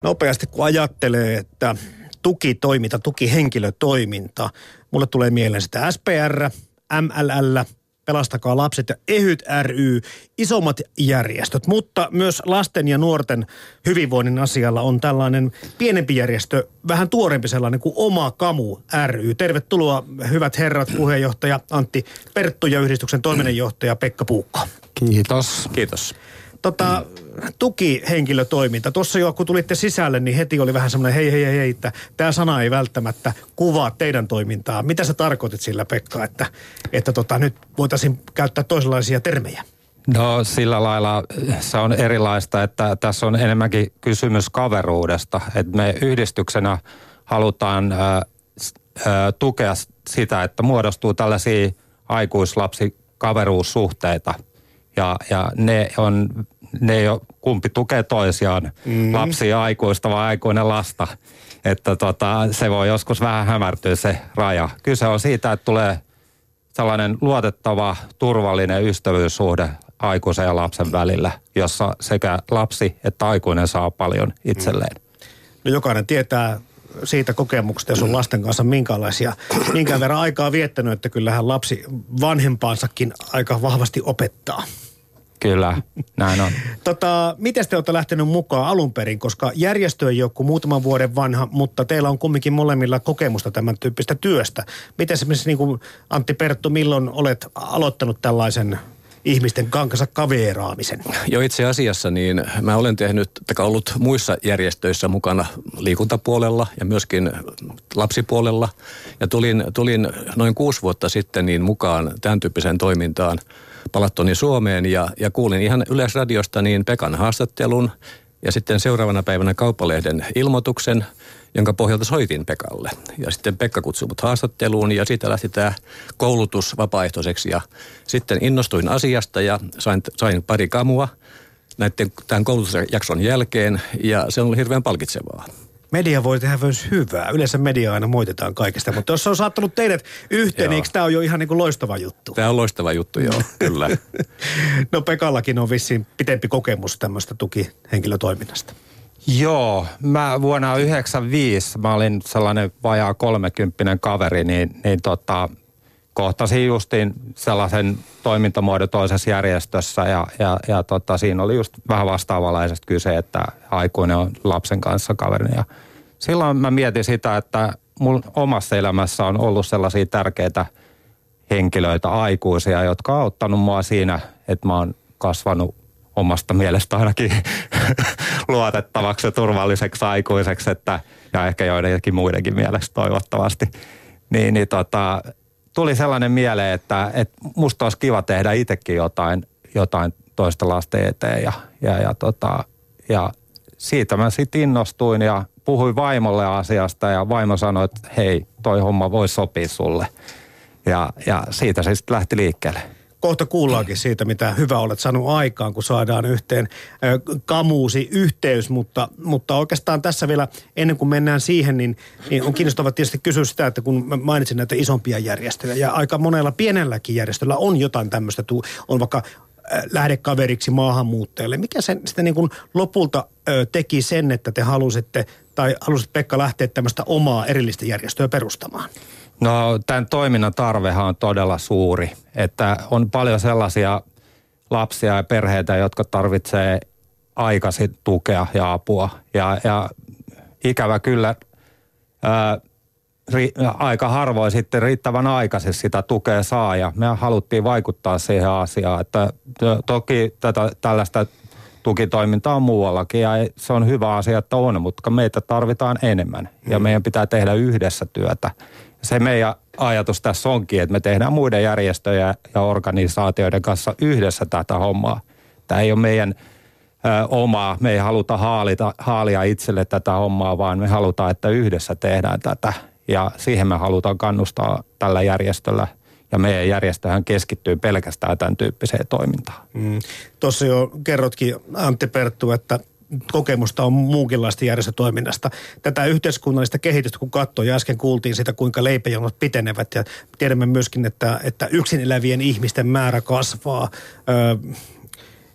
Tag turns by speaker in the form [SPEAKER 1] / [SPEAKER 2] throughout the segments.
[SPEAKER 1] Nopeasti kun ajattelee, että tukitoiminta, tukihenkilötoiminta, mulle tulee mieleen sitä SPR, MLL, Pelastakaa lapset ja EHYT ry, isommat järjestöt, mutta myös lasten ja nuorten hyvinvoinnin asialla on tällainen pienempi järjestö, vähän tuorempi sellainen kuin Oma Kamu ry. Tervetuloa hyvät herrat, puheenjohtaja Antti Perttu ja yhdistyksen toiminnanjohtaja Pekka Puukko.
[SPEAKER 2] Kiitos.
[SPEAKER 3] Kiitos.
[SPEAKER 1] Tukihenkilötoiminta. Tuossa jo kun tulitte sisälle, niin heti oli vähän semmoinen hei, että tämä sana ei välttämättä kuvaa teidän toimintaa. Mitä sä tarkoitit sillä, Pekka, että nyt voitaisiin käyttää toisenlaisia termejä?
[SPEAKER 2] No sillä lailla se on erilaista, että tässä on enemmänkin kysymys kaveruudesta. Että me yhdistyksenä halutaan tukea sitä, että muodostuu tällaisia aikuislapsikaveruussuhteita. Ja ne ei ole, kumpi tukee toisiaan, lapsi ja aikuista vai aikuinen lasta. Että se voi joskus vähän hämärtyä se raja. Kyse on siitä, että tulee sellainen luotettava, turvallinen ystävyyssuhde aikuisen ja lapsen välillä, jossa sekä lapsi että aikuinen saa paljon itselleen.
[SPEAKER 1] No jokainen tietää siitä kokemuksesta, jos on lasten kanssa minkään verran aikaa viettänyt, että kyllähän lapsi vanhempaansakin aika vahvasti opettaa.
[SPEAKER 2] Kyllä, näin on.
[SPEAKER 1] Miten te olette lähtenyt mukaan alun perin, koska järjestö ei ole kuin muutaman vuoden vanha, mutta teillä on kumminkin molemmilla kokemusta tämän tyyppistä työstä. Miten esimerkiksi niin kuin Antti Perttu, milloin olet aloittanut tällaisen ihmisten kanssa kaveeraamisen?
[SPEAKER 3] Jo itse asiassa niin mä olen ollut muissa järjestöissä mukana liikuntapuolella ja myöskin lapsipuolella. Ja tulin noin 6 vuotta sitten niin mukaan tämän tyyppiseen toimintaan palattoni Suomeen ja kuulin ihan Yleisradiosta niin Pekan haastattelun ja sitten seuraavana päivänä Kauppalehden ilmoituksen, jonka pohjalta soitin Pekalle. Ja sitten Pekka kutsui mut haastatteluun ja siitä lähti tämä koulutus vapaaehtoiseksi. Ja sitten innostuin asiasta ja sain pari kamua tämän koulutusjakson jälkeen ja se on ollut hirveän palkitsevaa.
[SPEAKER 1] Media voi tehdä myös hyvää. Yleensä media aina moitetaan kaikesta, mutta jos se on saattanut teidät yhteen, niin eikö tämä ole jo ihan niin kuin loistava juttu?
[SPEAKER 3] Tämä on loistava juttu, joo, kyllä.
[SPEAKER 1] No Pekallakin on vissiin pitempi kokemus tämmöistä tukihenkilötoiminnasta.
[SPEAKER 2] Joo, mä vuonna 1995 mä olin sellainen vajaa 30 kaveri, niin kohtasin justiin sellaisen toimintamuodon toisessa järjestössä ja siinä oli just vähän vastaavanlaisesta kyse, että aikuinen on lapsen kanssa kaverin. Ja silloin mä mietin sitä, että mun omassa elämässä on ollut sellaisia tärkeitä henkilöitä, aikuisia, jotka on auttanut mua siinä, että mä oon kasvanut omasta mielestä ainakin luotettavaksi ja turvalliseksi aikuiseksi, ja ehkä joidenkin muidenkin mielestä toivottavasti. Tuli sellainen mieleen, että musta olisi kiva tehdä itsekin jotain toista lasten eteen ja siitä mä sitten innostuin ja puhuin vaimolle asiasta ja vaimo sanoi, että hei, toi homma voi sopia sulle. Ja siitä se sitten lähti liikkeelle.
[SPEAKER 1] Kohta kuullaankin siitä, mitä hyvä olet saanut aikaan, kun saadaan yhteen kamuusi yhteys, mutta oikeastaan tässä vielä ennen kuin mennään siihen, niin on kiinnostavaa tietysti kysyä sitä, että kun mä mainitsin näitä isompia järjestöjä ja aika monella pienelläkin järjestöllä on jotain tämmöistä, on vaikka lähdekaveriksi maahanmuuttajille. Mikä sen sitten niin kuin lopulta teki sen, että te halusit Pekka lähteä tämmöistä omaa erillistä järjestöä perustamaan?
[SPEAKER 2] No tämän toiminnan tarvehan on todella suuri, että on paljon sellaisia lapsia ja perheitä, jotka tarvitsee aikaisin tukea ja apua. Ja ikävä kyllä aika harvoin sitten riittävän aikaisin sitä tukea saa ja me haluttiin vaikuttaa siihen asiaan, että toki tällaista tukitoimintaa on muuallakin ja se on hyvä asia, että on, mutta meitä tarvitaan enemmän ja meidän pitää tehdä yhdessä työtä. Se meidän ajatus tässä onkin, että me tehdään muiden järjestöjen ja organisaatioiden kanssa yhdessä tätä hommaa. Tämä ei ole meidän omaa, me ei haluta haalia itselle tätä hommaa, vaan me halutaan, että yhdessä tehdään tätä. Ja siihen me halutaan kannustaa tällä järjestöllä. Ja meidän järjestöhän keskittyy pelkästään tämän tyyppiseen toimintaan.
[SPEAKER 1] Tuossa jo kerrotkin, Antti Perttu, että kokemusta on muunkinlaista järjestötoiminnasta. Tätä yhteiskunnallista kehitystä, kun katsoo, ja äsken kuultiin sitä, kuinka leipäjonot pitenevät, ja tiedämme myöskin, että yksin elävien ihmisten määrä kasvaa.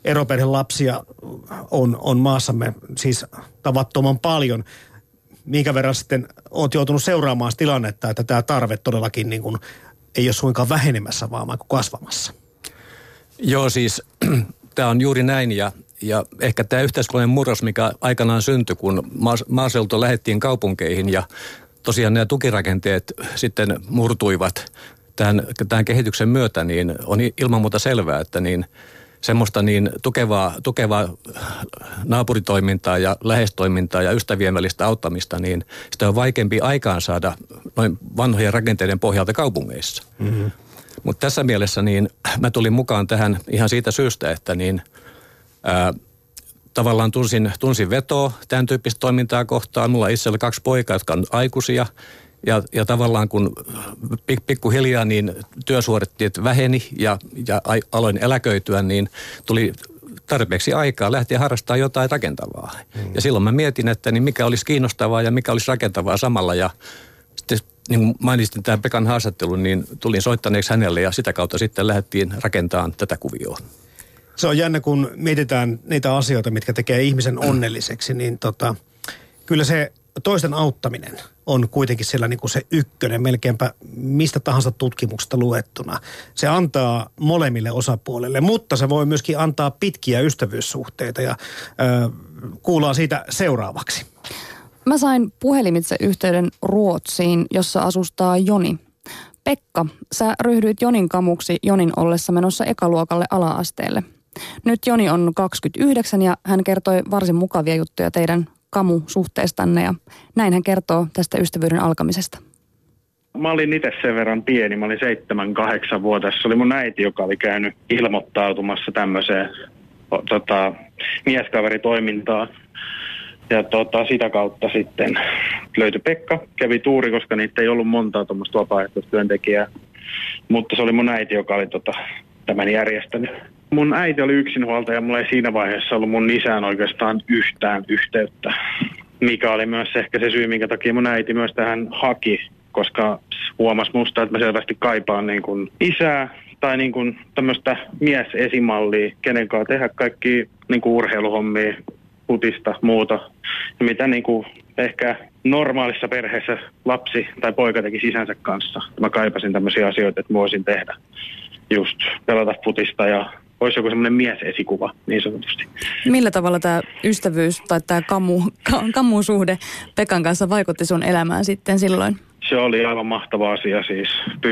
[SPEAKER 1] eroperhelapsia on maassamme siis tavattoman paljon. Minkä verran sitten olet joutunut seuraamaan tilannetta, että tämä tarve todellakin niin kuin ei ole suinkaan vähenemässä, vaan kasvamassa?
[SPEAKER 3] Joo, siis tämä on juuri näin ja ehkä tämä yhteiskunnallinen murros, mikä aikanaan syntyi, kun maaseutu lähdettiin kaupunkeihin ja tosiaan nämä tukirakenteet sitten murtuivat tämän kehityksen myötä, niin on ilman muuta selvää, että niin semmoista niin tukevaa naapuritoimintaa ja lähestoimintaa ja ystävien välistä auttamista, niin sitä on vaikeampi aikaan saada noin vanhojen rakenteiden pohjalta kaupungeissa. Mm-hmm. Mutta tässä mielessä niin mä tulin mukaan tähän ihan siitä syystä, että niin tavallaan tunsin vetoa tämän tyyppistä toimintaa kohtaan. Mulla itse oli 2 poikaa, jotka on aikuisia. Ja tavallaan kun pikkuhiljaa niin työsuoritteet väheni ja aloin eläköityä, niin tuli tarpeeksi aikaa lähteä harrastamaan jotain rakentavaa. Ja silloin mä mietin, että niin mikä olisi kiinnostavaa ja mikä olisi rakentavaa samalla. Ja sitten niin kuin mainitsin tämän Pekan haastattelun, niin tulin soittaneeksi hänelle ja sitä kautta sitten lähdettiin rakentamaan tätä kuvioon.
[SPEAKER 1] Se on jännä, kun mietitään niitä asioita, mitkä tekee ihmisen onnelliseksi, niin kyllä se toisten auttaminen on kuitenkin siellä niin kuin se ykkönen, melkeinpä mistä tahansa tutkimuksesta luettuna. Se antaa molemmille osapuolille, mutta se voi myöskin antaa pitkiä ystävyyssuhteita ja kuullaan siitä seuraavaksi.
[SPEAKER 4] Mä sain puhelimitse yhteyden Ruotsiin, jossa asustaa Joni. Pekka, sä ryhdyit Jonin kamuksi Jonin ollessa menossa ekaluokalle ala-asteelle. Nyt Joni on 29 ja hän kertoi varsin mukavia juttuja teidän kamusuhteestanne ja näin hän kertoo tästä ystävyyden alkamisesta.
[SPEAKER 5] Mä olin itse sen verran pieni, mä olin 7-8-vuotias. Se oli mun äiti, joka oli käynyt ilmoittautumassa tämmöiseen mieskaveritoimintaan. Ja sitä kautta sitten löytyi Pekka, kävi tuuri, koska niitä ei ollut montaa tuommoista vapaaehtoistyöntekijää. Mutta se oli mun äiti, joka oli tämän järjestänyt. Mun äiti oli yksinhuoltaja ja mulla ei siinä vaiheessa ollut mun isään oikeastaan yhtään yhteyttä. Mikä oli myös ehkä se syy, minkä takia mun äiti myös tähän haki, koska huomasi musta, että mä selvästi kaipaan niin kuin isää tai niin kuin tämmöistä miesesimallia, kenen kanssa tehdä kaikki niin kuin urheiluhommia, putista, muuta. Ja mitä niin kuin ehkä normaalissa perheessä lapsi tai poika teki isänsä kanssa. Mä kaipasin tämmöisiä asioita, että mä voisin tehdä just pelata putista ja olisi joku semmoinen miesesikuva niin sanotusti.
[SPEAKER 4] Millä tavalla tämä ystävyys tai tämä kamusuhde Pekan kanssa vaikutti sun elämään sitten silloin?
[SPEAKER 5] Se oli aivan mahtava asia siis.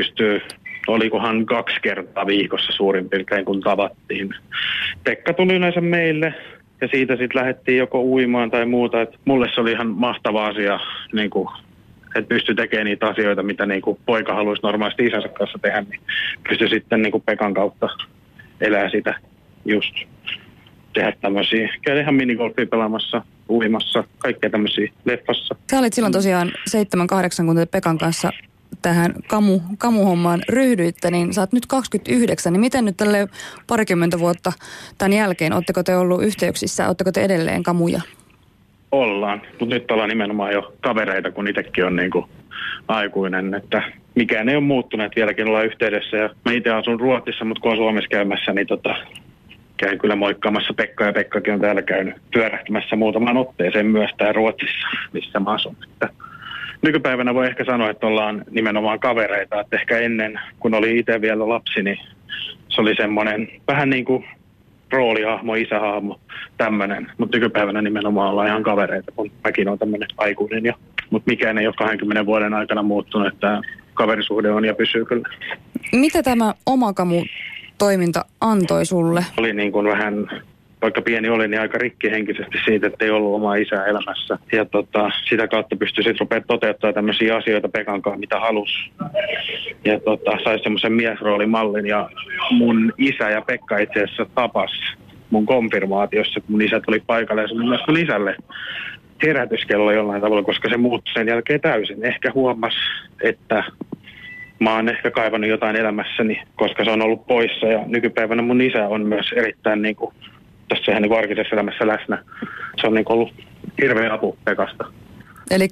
[SPEAKER 5] Olikohan 2 kertaa viikossa suurin piirtein kun tavattiin. Pekka tuli yleensä meille ja siitä sitten lähdettiin joko uimaan tai muuta. Et mulle se oli ihan mahtava asia, niin kuin, että pystyi tekemään niitä asioita, mitä niin kuin poika haluaisi normaalisti isänsä kanssa tehdä. Niin pystyi sitten niin kuin Pekan kautta elää sitä just. Tehdä tämmöisiä, käydä ihan minigolfia pelaamassa, uimassa, kaikkea tämmöisiä leffassa.
[SPEAKER 4] Sä olit silloin tosiaan 7-8, kun te Pekan kanssa tähän kamuhommaan ryhdyitte, niin sä oot nyt 29, niin miten nyt tälle 20 vuotta tämän jälkeen, ootteko te ollut yhteyksissä, ootteko te edelleen kamuja?
[SPEAKER 5] Ollaan, mutta nyt ollaan nimenomaan jo kavereita, kun itsekin on niinku aikuinen, että mikään ei ole muuttunut, että vieläkin ollaan yhteydessä ja mä itse asun Ruotsissa, mutta kun on Suomessa käymässä, niin käyn kyllä moikkaamassa Pekkaa ja Pekkakin on täällä käynyt pyörähtämässä muutamaan otteeseen myös täällä Ruotsissa, missä mä asun. Että nykypäivänä voi ehkä sanoa, että ollaan nimenomaan kavereita, että ehkä ennen, kun oli itse vielä lapsi, niin se oli semmoinen vähän niin kuin roolihahmo, isähahmo, tämmöinen. Mutta nykypäivänä nimenomaan ollaan ihan kavereita, kun mäkin on tämmöinen aikuinen. Mutta mikään ei ole 20 vuoden aikana muuttunut, että kaverisuhde on ja pysyy kyllä.
[SPEAKER 4] Mitä tämä Omakamu-toiminta antoi sulle?
[SPEAKER 5] Oli niin kuin vähän, vaikka pieni oli, niin aika rikkihenkisesti siitä, että ei ollut omaa isää elämässä. Ja sitä kautta pystyi sitten rupeamaan toteuttamaan tämmöisiä asioita Pekan kanssa, mitä halusi. Ja sai semmoisen miesroolimallin ja mun isä ja Pekka itse asiassa tapas mun konfirmaatiossa, kun mun isä tuli paikalle ja se oli myös mun isälle herätyskello jollain tavalla, koska se muuttui sen jälkeen täysin. Ehkä huomasi, että mä oon ehkä kaivannut jotain elämässäni, koska se on ollut poissa ja nykypäivänä mun isä on myös erittäin niin kuin tässä ihan niin arkisessa elämässä läsnä. Se on niin ollut hirveä apu Pekasta.
[SPEAKER 4] Eli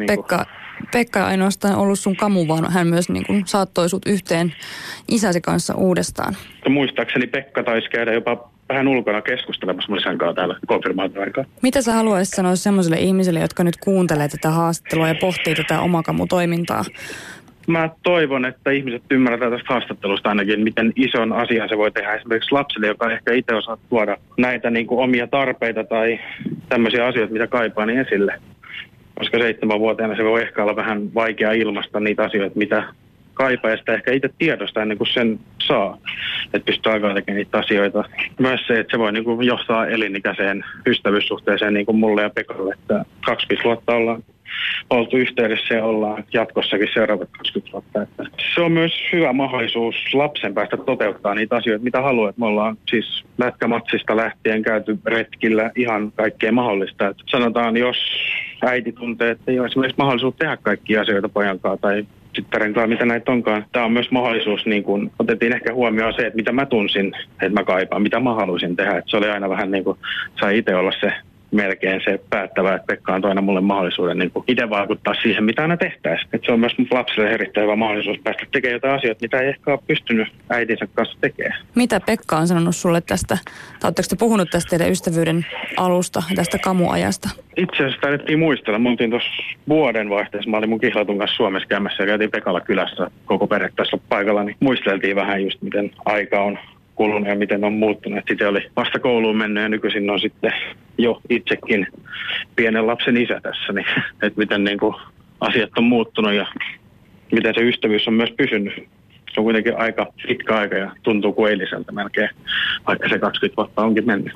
[SPEAKER 4] Pekka ei ainoastaan ollut sun kamu, vaan hän myös niin kuin saattoi sut yhteen isäsi kanssa uudestaan.
[SPEAKER 5] Muistaakseni Pekka taisi käydä jopa vähän ulkona keskustelemassa mun isän kanssa täällä konfirmaatioaikaa.
[SPEAKER 4] Mitä sä haluaisit sanoa semmoisille ihmisille, jotka nyt kuuntelee tätä haastattelua ja pohtii tätä omakamutoimintaa?
[SPEAKER 5] Mä toivon, että ihmiset ymmärretään tästä haastattelusta ainakin, miten ison asian se voi tehdä esimerkiksi lapselle, joka ehkä itse osaa tuoda näitä niin kuin omia tarpeita tai tämmöisiä asioita, mitä kaipaa, niin esille. Koska 7-vuotiaana se voi ehkä olla vähän vaikea ilmaista niitä asioita, mitä kaipaa, ja sitä ehkä itse tiedosta ennen kuin sen saa, että pystyy alkaa tekemään niitä asioita. Myös se, että se voi niin kuin johtaa elinikäiseen ystävyyssuhteeseen niin kuin mulle ja Pekalle, että 20 vuotta ollaan oltu yhteydessä ja ollaan jatkossakin seuraavat 20 vuotta. Että se on myös hyvä mahdollisuus lapsen päästä toteuttaa niitä asioita, mitä haluaa. Me ollaan siis lätkämatsista lähtien käyty retkillä ihan kaikkea mahdollista. Että sanotaan, jos äiti tuntee, että ei ole esimerkiksi mahdollisuus tehdä kaikkia asioita pojankaan tai tyttären kanssa, mitä näitä onkaan. Tämä on myös mahdollisuus, niin kun otettiin ehkä huomioon se, että mitä mä tunsin, että mä kaipaan, mitä mä haluaisin tehdä. Että se oli aina vähän niin kuin, sai itse olla se melkein se päättävä, että Pekka antoi aina mulle mahdollisuuden niin itse vaikuttaa siihen, mitä aina tehtäisiin. Että se on myös lapselle erittäin hyvä mahdollisuus päästä tekemään jotain asioita, mitä ei ehkä ole pystynyt äitinsä kanssa tekemään.
[SPEAKER 4] Mitä Pekka on sanonut sulle tästä, tai oletteko te puhunut tästä teidän ystävyyden alusta, tästä kamuajasta?
[SPEAKER 5] Itse asiassa taidettiin muistella. Me oltiin tuossa vuodenvaihteessa. Mä olin mun kihlatun kanssa Suomessa käymässä ja käytiin Pekalla kylässä koko perhe tässä paikalla. Niin muisteltiin vähän just, miten aika on kulunut ja miten on muuttunut. Sitten oli vasta kouluun mennyt ja nykyisin on sitten jo itsekin pienen lapsen isä tässä. Niin, että miten niin kuin asiat on muuttunut ja miten se ystävyys on myös pysynyt. Se on kuitenkin aika pitkä aika ja tuntuu kuin eiliseltä melkein, vaikka se 20 vuotta onkin mennyt.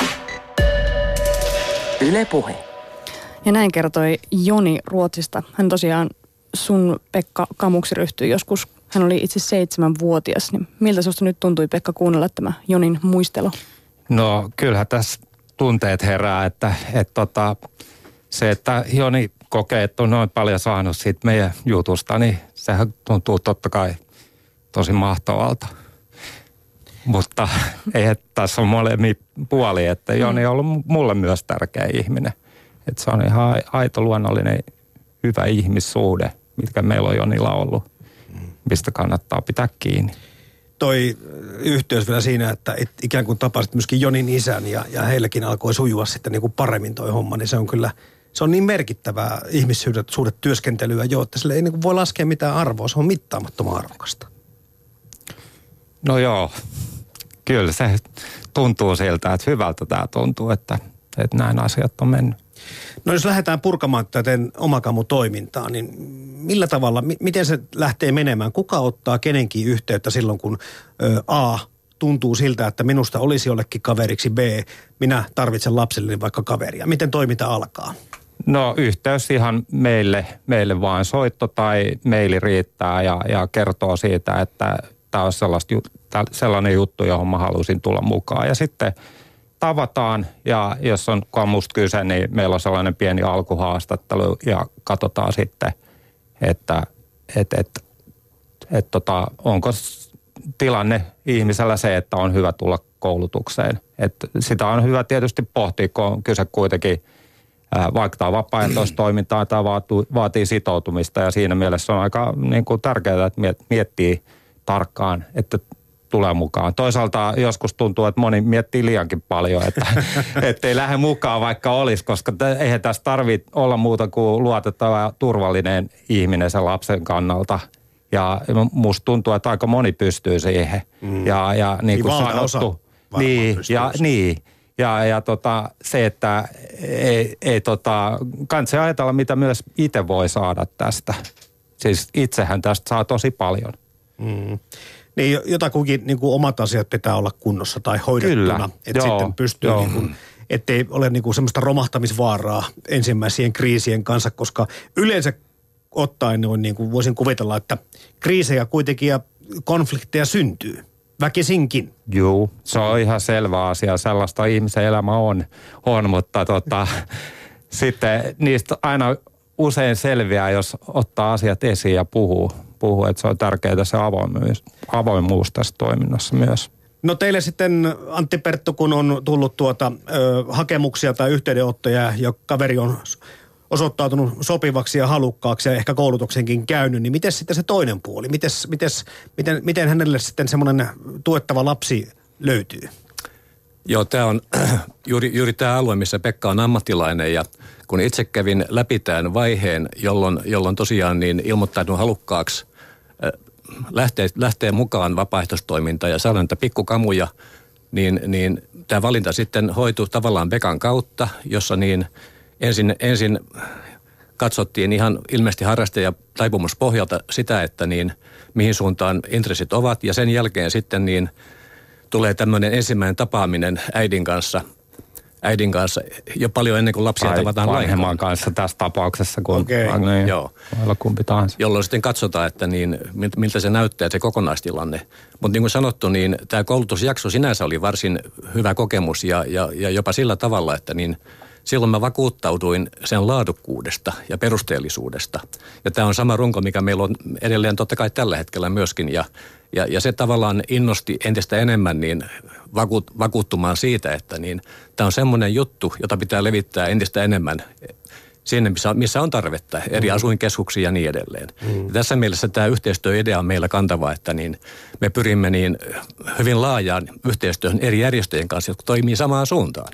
[SPEAKER 6] Yle Puhe.
[SPEAKER 4] Ja näin kertoi Joni Ruotsista. Hän tosiaan sun Pekka kamuksi ryhtyi joskus. Hän oli itse 7-vuotias. Niin miltä susta nyt tuntui, Pekka, kuunnella tämä Jonin muistelu?
[SPEAKER 2] No kyllähän tässä tunteet herää, että se, että Joni kokee, että on noin paljon saanut siitä meidän jutusta, niin sehän tuntuu totta kai tosi mahtavalta. Mutta ei, että tässä on molemmin puoli, että Joni on ollut mulle myös tärkeä ihminen. Että se on ihan aito, luonnollinen, hyvä ihmissuhde, mitkä meillä on Jonilla ollut, mistä kannattaa pitää kiinni.
[SPEAKER 1] Toi yhteys vielä siinä, että ikään kuin tapasit myöskin Jonin isän ja heilläkin alkoi sujua sitten niin kuin paremmin toi homma, niin se on kyllä, se on niin merkittävää ihmissuhdetyöskentelyä jo, että sille ei niin kuin voi laskea mitään arvoa, se on mittaamattoman arvokasta.
[SPEAKER 2] No joo, kyllä se tuntuu siltä, että hyvältä tämä tuntuu, että näin asiat on mennyt.
[SPEAKER 1] No jos lähdetään purkamaan tätä omakamutoimintaa, niin millä tavalla, miten se lähtee menemään? Kuka ottaa kenenkin yhteyttä silloin, kun A, tuntuu siltä, että minusta olisi jollekin kaveriksi, B, minä tarvitsen lapselleni vaikka kaveria. Miten toiminta alkaa?
[SPEAKER 2] No yhteys ihan meille vaan soitto tai maili riittää ja kertoo siitä, että tämä on sellainen juttu, johon mä haluaisin tulla mukaan. Ja sitten tavataan ja jos on kamusta kyse, niin meillä on sellainen pieni alkuhaastattelu ja katsotaan sitten, että onko tilanne ihmisellä se, että on hyvä tulla koulutukseen. Että sitä on hyvä tietysti pohtia, kun on kyse kuitenkin, vaikka tämä vapaaehtoistoimintaa, tämä vaatii sitoutumista ja siinä mielessä on aika niin kuin tärkeää, että miettii tarkkaan, että tulee mukaan. Toisaalta joskus tuntuu, että moni miettii liiankin paljon, että ei lähde mukaan vaikka olisi, koska eihän tässä tarvitse olla muuta kuin luotettava ja turvallinen ihminen sen lapsen kannalta. Ja musta tuntuu, että aika moni pystyy siihen. Ja niin kuin sanottu. Se, että kannattaa ajatella, mitä myös itse voi saada tästä. Siis itsehän tästä saa tosi paljon.
[SPEAKER 1] Niin jotakuinkin niin kuin omat asiat pitää olla kunnossa tai hoidettuna, että sitten pystyy, niin kuin, ettei ole niin kuin semmoista romahtamisvaaraa ensimmäisien kriisien kanssa, koska yleensä ottaen niin kuin voisin kuvitella, että kriisejä kuitenkin ja konflikteja syntyy, väkisinkin.
[SPEAKER 2] Joo, se on ihan selvä asia, sellaista ihmisen elämä on mutta sitten niistä aina usein selviää, jos ottaa asiat esiin ja puhuu, että se on tärkeää se avoimuus tässä toiminnassa myös.
[SPEAKER 1] No teille sitten, Antti Perttu, kun on tullut hakemuksia tai yhteydenottoja ja kaveri on osoittautunut sopivaksi ja halukkaaksi ja ehkä koulutuksenkin käynyt, niin miten sitten se toinen puoli? Miten hänelle sitten semmoinen tuettava lapsi löytyy?
[SPEAKER 3] Joo, tämä on juuri tämä alue, missä Pekka on ammattilainen ja kun itse kävin läpi tämän vaiheen, jolloin tosiaan niin ilmoittaudun halukkaaksi lähtee mukaan vapaaehtoistoimintaan ja saada näitä pikkukamuja, niin tämä valinta sitten hoitui tavallaan Pekan kautta, jossa niin ensin katsottiin ihan ilmeisesti harraste- ja taipumuspohjalta sitä, että niin mihin suuntaan intressit ovat ja sen jälkeen sitten niin tulee tämmöinen ensimmäinen tapaaminen äidin kanssa jo paljon ennen kuin lapsia tavataan lainkaan.
[SPEAKER 2] Vanhemman kanssa tässä tapauksessa, kun
[SPEAKER 3] joo.
[SPEAKER 2] Voi olla kumpi tahansa.
[SPEAKER 3] Jolloin sitten katsotaan, että niin, miltä se näyttää se kokonaistilanne. Mutta niin kuin sanottu, niin tämä koulutusjakso sinänsä oli varsin hyvä kokemus ja jopa sillä tavalla, että niin silloin mä vakuuttauduin sen laadukkuudesta ja perusteellisuudesta. Ja tämä on sama runko, mikä meillä on edelleen totta kai tällä hetkellä myöskin. Ja se tavallaan innosti entistä enemmän niin vakuuttumaan siitä, että niin tämä on semmoinen juttu, jota pitää levittää entistä enemmän sinne, missä on tarvetta, eri asuinkeskuksia ja niin edelleen. Ja tässä mielessä tämä yhteistyöidea on meillä kantava, että niin me pyrimme niin hyvin laajaan yhteistyöhön eri järjestöjen kanssa, jotka toimii samaan suuntaan.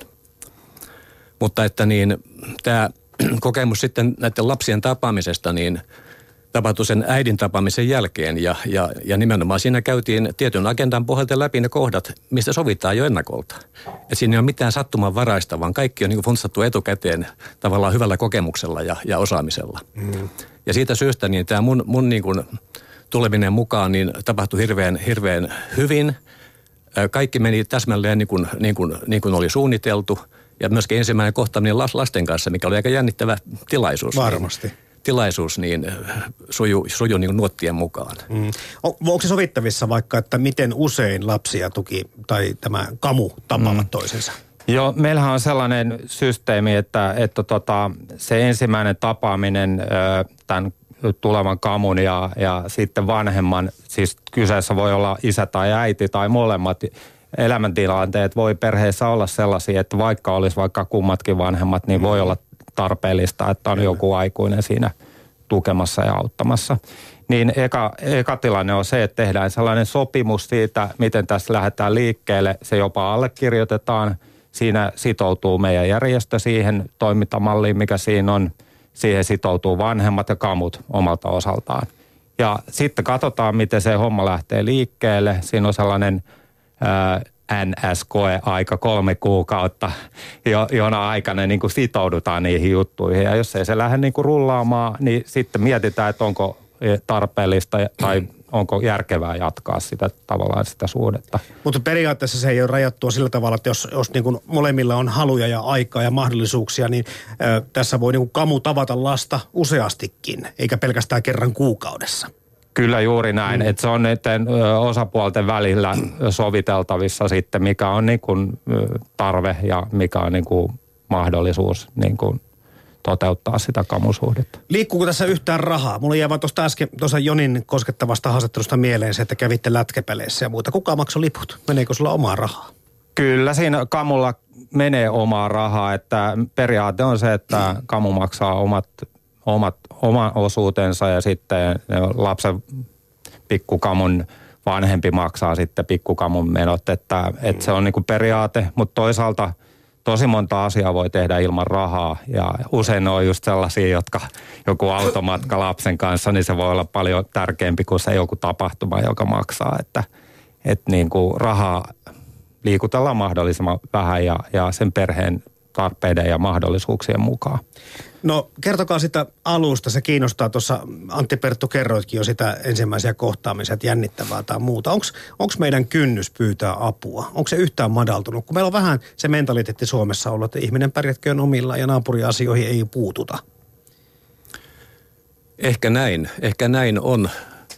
[SPEAKER 3] Mutta että niin tämä kokemus sitten näiden lapsien tapaamisesta niin tapahtui sen äidin tapaamisen jälkeen ja nimenomaan siinä käytiin tietyn agendan pohjalta läpi ne kohdat, mistä sovitaan jo ennakolta. Et siinä ei ole mitään sattumanvaraista, vaan kaikki on niin kuin funtsattu etukäteen tavallaan hyvällä kokemuksella ja osaamisella. Ja siitä syystä niin tämä mun niin kuin tuleminen mukaan niin tapahtui hirveän hyvin. Kaikki meni täsmälleen niin kuin oli suunniteltu. Ja myöskin ensimmäinen kohtaaminen lasten kanssa, mikä oli aika jännittävä tilaisuus.
[SPEAKER 1] Varmasti.
[SPEAKER 3] Tilaisuus niin sujui niin nuottien mukaan.
[SPEAKER 1] Onko se sovittavissa vaikka, että miten usein lapsia tuki tai tämä kamu tapaavat toisensa?
[SPEAKER 2] Joo, meillähän on sellainen systeemi, että se ensimmäinen tapaaminen tämän tulevan kamun ja sitten vanhemman, siis kyseessä voi olla isä tai äiti tai molemmat elämäntilanteet, voi perheessä olla sellaisia, että vaikka olisi vaikka kummatkin vanhemmat, niin voi olla tarpeellista, että on joku aikuinen siinä tukemassa ja auttamassa. Niin eka tilanne on se, että tehdään sellainen sopimus siitä, miten tässä lähdetään liikkeelle. Se jopa allekirjoitetaan. Siinä sitoutuu meidän järjestö siihen toimintamalliin, mikä siinä on. Siihen sitoutuu vanhemmat ja kamut omalta osaltaan. Ja sitten katsotaan, miten se homma lähtee liikkeelle. Siinä on sellainen NS-koe-aika 3 kuukautta, jona aikana niin kuin sitoudutaan niihin juttuihin. Ja jos ei se lähde niin kuin rullaamaan, niin sitten mietitään, että onko tarpeellista tai onko järkevää jatkaa sitä tavallaan sitä suhdetta.
[SPEAKER 1] Mutta periaatteessa se ei ole rajattua sillä tavalla, että jos niin kuin molemmilla on haluja ja aikaa ja mahdollisuuksia, niin tässä voi niin kuin kamu tavata lasta useastikin, eikä pelkästään kerran kuukaudessa.
[SPEAKER 2] Kyllä juuri näin, että se on näiden osapuolten välillä soviteltavissa sitten, mikä on niin kuin tarve ja mikä on niin kuin mahdollisuus niin kuin toteuttaa sitä kamusuhdetta.
[SPEAKER 1] Liikkuuko tässä yhtään rahaa? Mulla jäi vaan tuossa Jonin koskettavasta haastattelusta mieleen se, että kävitte lätkäpeleissä ja muuta. Kuka maksoi liput? Meneekö sulla omaa rahaa?
[SPEAKER 2] Kyllä siinä kamulla menee omaa rahaa, että periaate on se, että kamu maksaa oman osuutensa ja sitten lapsen pikkukamun vanhempi maksaa sitten pikkukamun menot, että se on niin kuin periaate, mutta toisaalta tosi monta asiaa voi tehdä ilman rahaa ja usein ne on just sellaisia, jotka joku automatka lapsen kanssa, niin se voi olla paljon tärkeämpi kuin se joku tapahtuma, joka maksaa, että niin kuin rahaa liikutellaan mahdollisimman vähän ja sen perheen tarpeiden ja mahdollisuuksien mukaan.
[SPEAKER 1] No kertokaa sitä alusta, se kiinnostaa tuossa, Antti Perttu kerroitkin jo sitä ensimmäisiä kohtaamisia, jännittävää tai muuta. Onko meidän kynnys pyytää apua? Onko se yhtään madaltunut? Kun meillä on vähän se mentaliteetti Suomessa ollut, että ihminen pärjätköön omilla ja naapuriasioihin ei puututa.
[SPEAKER 3] Ehkä näin on.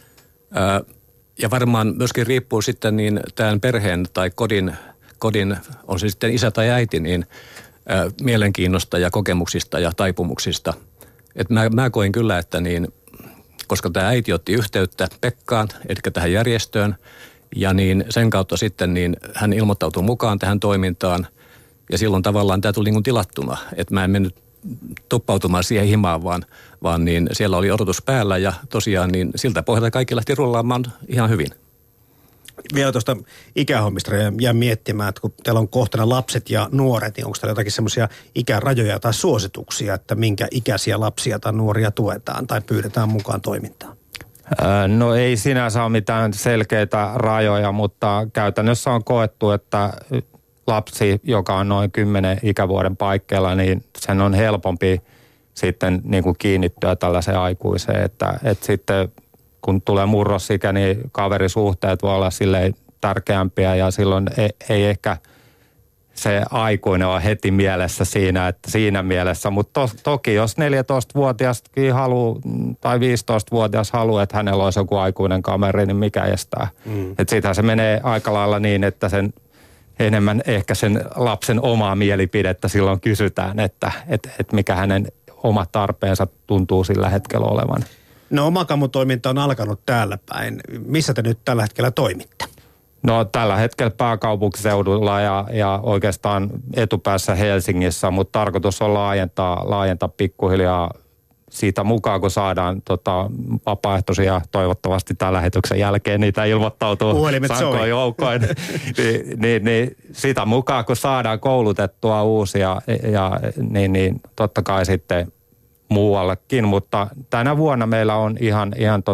[SPEAKER 3] Ja varmaan myöskin riippuu sitten niin tämän perheen tai kodin, on se sitten isä tai äiti, niin mielenkiinnosta ja kokemuksista ja taipumuksista. Et mä koin kyllä, että niin, koska tämä äiti otti yhteyttä Pekkaan, eli tähän järjestöön, ja niin sen kautta sitten niin hän ilmoittautui mukaan tähän toimintaan, ja silloin tavallaan tämä tuli niin kuin tilattuna, että mä en mennyt tuppautumaan siihen himaan, vaan niin siellä oli odotus päällä, ja tosiaan niin siltä pohjalta kaikki lähti rullaamaan ihan hyvin.
[SPEAKER 1] Vielä tuosta ikähommista jää miettimään, että kun teillä on kohtana lapset ja nuoret, niin onko teillä jotakin semmoisia ikärajoja tai suosituksia, että minkä ikäisiä lapsia tai nuoria tuetaan tai pyydetään mukaan toimintaan?
[SPEAKER 2] No ei sinänsä ole mitään selkeitä rajoja, mutta käytännössä on koettu, että lapsi, joka on noin 10 ikävuoden paikkeilla, niin sen on helpompi sitten niin kuin kiinnittyä tällaiseen aikuiseen, että sitten kun tulee murrosikä, niin kaverisuhteet voi olla silleen tärkeämpiä ja silloin ei ehkä se aikuinen on heti mielessä siinä mielessä. Mutta toki jos 14-vuotiaskin haluaa tai 15-vuotias haluaa, että hänellä olisi joku aikuinen kaveri, niin mikä estää. Että siitähän se menee aika lailla niin, että sen enemmän ehkä sen lapsen omaa mielipidettä silloin kysytään, että mikä hänen omat tarpeensa tuntuu sillä hetkellä olevan.
[SPEAKER 1] No Omakamu-toiminta on alkanut täällä päin. Missä te nyt tällä hetkellä toimitte?
[SPEAKER 2] No tällä hetkellä pääkaupunkiseudulla ja oikeastaan etupäässä Helsingissä, mutta tarkoitus on laajentaa pikkuhiljaa siitä mukaan, kun saadaan vapaaehtoisia toivottavasti tämän lähetyksen jälkeen niitä ilmoittautuu sankoin joukoin. niin sitä mukaan, kun saadaan koulutettua uusia niin totta kai sitten muuallekin, mutta tänä vuonna meillä on ihan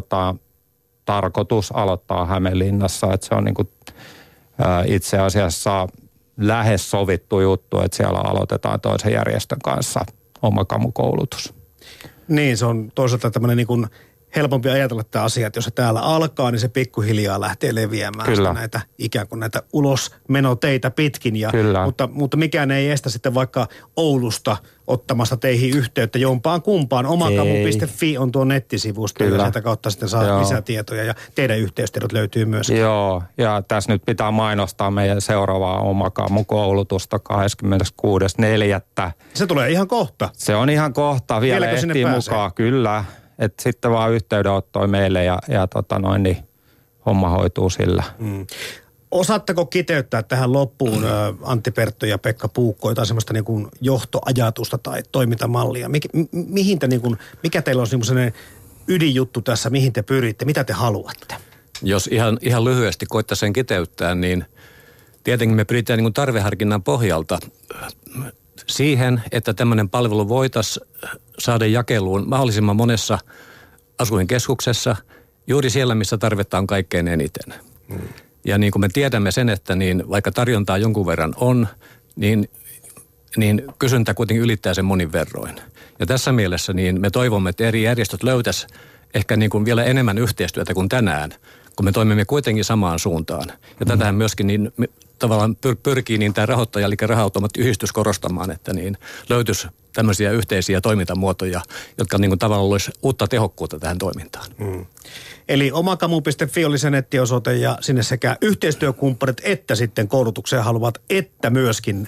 [SPEAKER 2] tarkoitus aloittaa Hämeenlinnassa, että se on niin kuin, itse asiassa lähes sovittu juttu, että siellä aloitetaan toisen järjestön kanssa Omakamu-koulutus.
[SPEAKER 1] Niin, se on toisaalta tämmöinen niin kuin helpompi ajatella tämä asia, että jos se täällä alkaa, niin se pikkuhiljaa lähtee leviämään näitä ikään kuin näitä ulosmenoteitä pitkin. Mutta mikään ei estä sitten vaikka Oulusta ottamasta teihin yhteyttä jompaan kumpaan. Omakamu.fi on tuo nettisivusto ja sieltä kautta sitten saa lisätietoja ja teidän yhteystiedot löytyy myös.
[SPEAKER 2] Joo, ja tässä nyt pitää mainostaa meidän seuraavaa Omakamu-koulutusta 26.4.
[SPEAKER 1] Se tulee ihan kohta.
[SPEAKER 2] Se on ihan kohta, vielä ehtii mukaan, kyllä. Että sitten vaan yhteydenottoi meille ja niin homma hoituu sillä.
[SPEAKER 1] Osaatteko kiteyttää tähän loppuun Antti Perttu ja Pekka Puukko jotain semmoista niin kuin johtoajatusta tai toimintamallia? Mikä teillä on semmoinen ydinjuttu tässä, mihin te pyritte, mitä te haluatte?
[SPEAKER 3] Jos ihan lyhyesti koittaisiin sen kiteyttää, niin tietenkin me pyritään niin kuin tarveharkinnan pohjalta siihen, että tämmöinen palvelu voitaisiin saada jakeluun mahdollisimman monessa asuinkeskuksessa, juuri siellä, missä tarvetta on kaikkein eniten. Ja niin kuin me tiedämme sen, että niin vaikka tarjontaa jonkun verran on, niin kysyntä kuitenkin ylittää sen monin verroin. Ja tässä mielessä niin me toivomme, että eri järjestöt löytäisi ehkä niin kuin vielä enemmän yhteistyötä kuin tänään, kun me toimimme kuitenkin samaan suuntaan. Ja tätähän myöskin niin tavallaan pyrkii niin tämä rahoittaja, eli raha-automaattiyhdistys korostamaan, että niin löytyisi tämmöisiä yhteisiä toimintamuotoja, jotka niin kuin tavallaan olisi uutta tehokkuutta tähän toimintaan.
[SPEAKER 1] Eli omakamu.fi oli se nettiosoite ja sinne sekä yhteistyökumppanit että sitten koulutukseen haluavat, että myöskin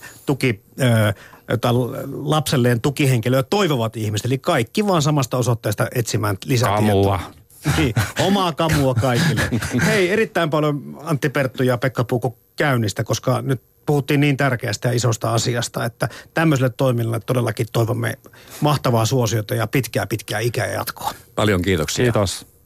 [SPEAKER 1] lapselleen tukihenkilöä toivovat ihmiset. Eli kaikki vaan samasta osoitteesta etsimään lisätietoa.
[SPEAKER 2] Kamua.
[SPEAKER 1] Niin, omaa kamua kaikille. Hei, erittäin paljon Antti Perttu ja Pekka Puukko käynnistä, koska nyt puhuttiin niin tärkeästä ja isosta asiasta, että tämmöiselle toiminnalle todellakin toivomme mahtavaa suosiota ja pitkää ikää ja jatkoa.
[SPEAKER 3] Paljon kiitoksia.
[SPEAKER 2] Kiitos.